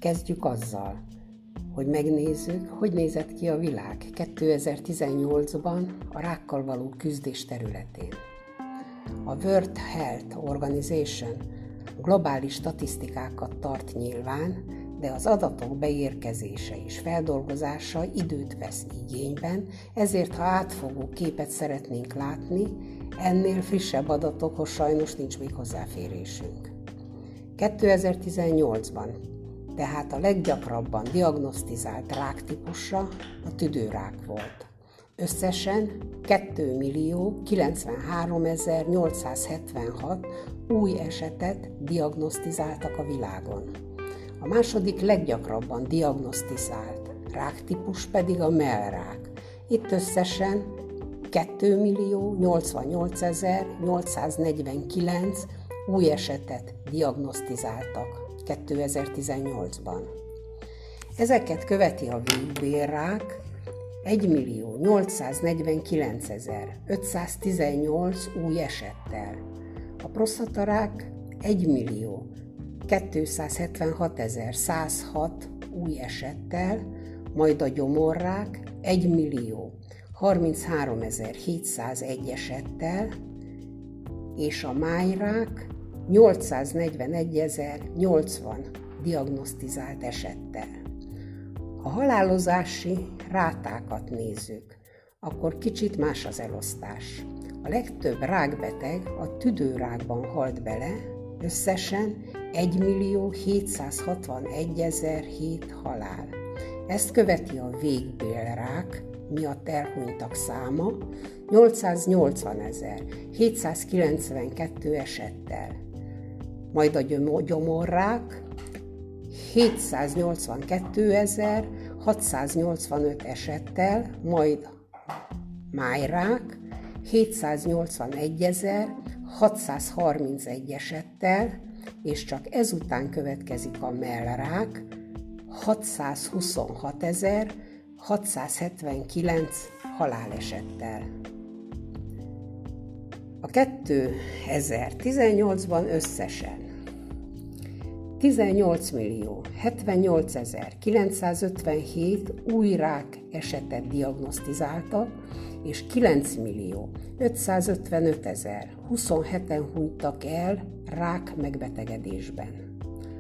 Kezdjük azzal, hogy megnézzük, hogy nézett ki a világ 2018-ban a rákkal való küzdés területén. A World Health Organization globális statisztikákat tart nyilván, de az adatok beérkezése és feldolgozása időt vesz igényben, ezért ha átfogó képet szeretnénk látni, ennél frissebb adatokhoz sajnos nincs még hozzáférésünk. 2018-ban tehát a leggyakrabban diagnosztizált ráktípusa a tüdőrák volt. Összesen 2.093.876 új esetet diagnosztizáltak a világon. A második leggyakrabban diagnosztizált ráktípus pedig a mellrák. Itt összesen 2.088.849 új esetet diagnosztizáltak 2018-ban. Ezeket követi a végbélrák 1.849.518 új esettel, a prostatarák 1.276.106 új esettel, majd a gyomorrák 1.033.701 esettel, és a májrák 841.080 diagnosztizált esettel. Ha halálozási rátákat nézzük, akkor kicsit más az elosztás. A legtöbb rákbeteg a tüdőrákban halt bele, összesen 1.761.007 halál. Ezt követi a végbélrák miatt elhunytak száma 880.792 esettel, majd a gyomorrák 782.685 esettel, majd májrák 781.631 esettel, és csak ezután következik a mellrák 626.679 halálesettel. A 2018-ban összesen 18.078.957 új rák esetet diagnosztizáltak, és 9.555.027-en hunytak el rák megbetegedésben.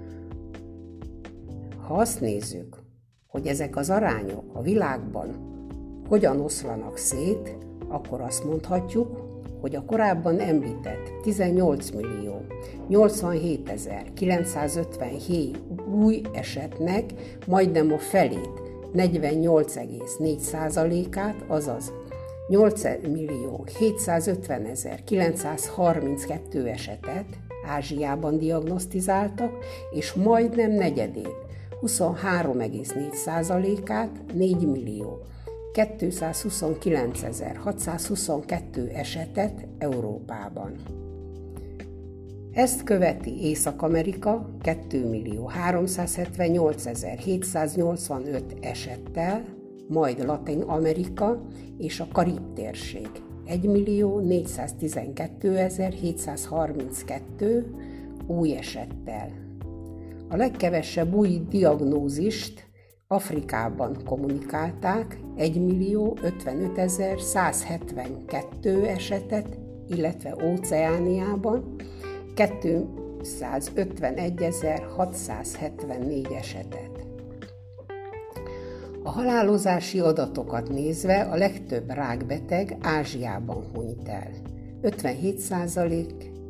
Ha azt nézzük, hogy ezek az arányok a világban hogyan oszlanak szét, akkor azt mondhatjuk, hogy a korábban említett 18.087.957 új esetnek majdnem a felét, 48,4%-át, azaz 8.750.932 esetet Ázsiában diagnosztizáltak, és majdnem negyedét, 23,4%-át 4.229.622 esetet Európában. Ezt követi Észak-Amerika 2.378.785 esettel, majd Latin-Amerika és a Karib-térség 1.412.732 új esettel. A legkevesebb új diagnózist Afrikában kommunikálták 1.055.172 esetet, illetve Óceániában 251.674 esetet. A halálozási adatokat nézve a legtöbb rákbeteg Ázsiában hunyt el. 57%,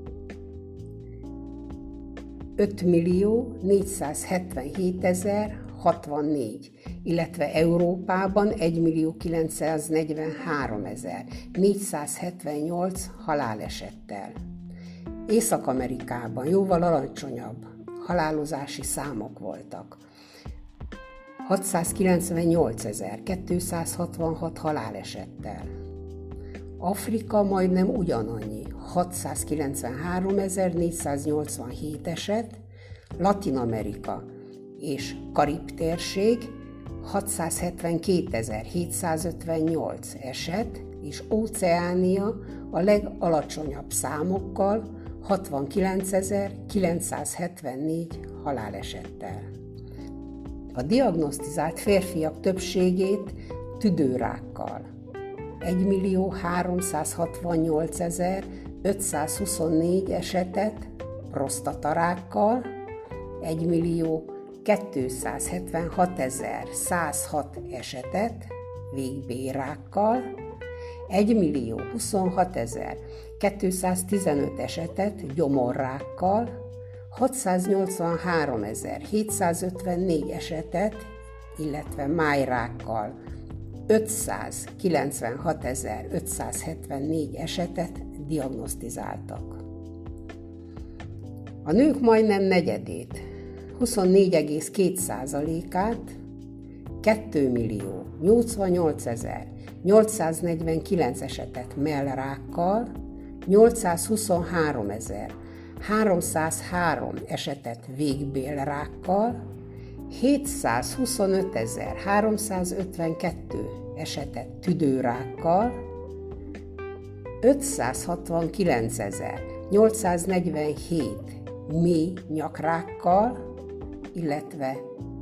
5.477.064, illetve Európában 1.943.478 halálesettel. Észak-Amerikában jóval alacsonyabb halálozási számok voltak. 698.266 halálesettel. Afrika majdnem ugyanannyi, 693.487 eset, Latin-Amerika és Karib-térség 672.758 eset, és Óceánia a legalacsonyabb számokkal 69.974 halálesettel. A diagnosztizált férfiak többségét tüdőrákkal, 1.368.524 esetet prostatarákkal, 1.276.106 esetet végbélrákkal, 1.026.215 esetet gyomorrákkal, 683.754 esetet, illetve májrákkal, 596.574 esetet diagnosztizáltak. A nők majdnem negyedét, 24,2%-át, 2.088.849 esetet mellrákkal, 823.303 esetet végbélrákkal, 725.352 esetet tüdőrákkal, 569.847 mély nyakrákkal, illetve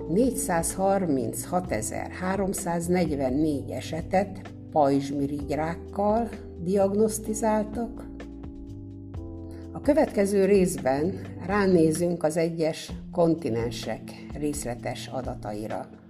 436.344 esetet pajzsmirigyrákkal diagnosztizáltak. A következő részben ránézünk az egyes kontinensek részletes adataira.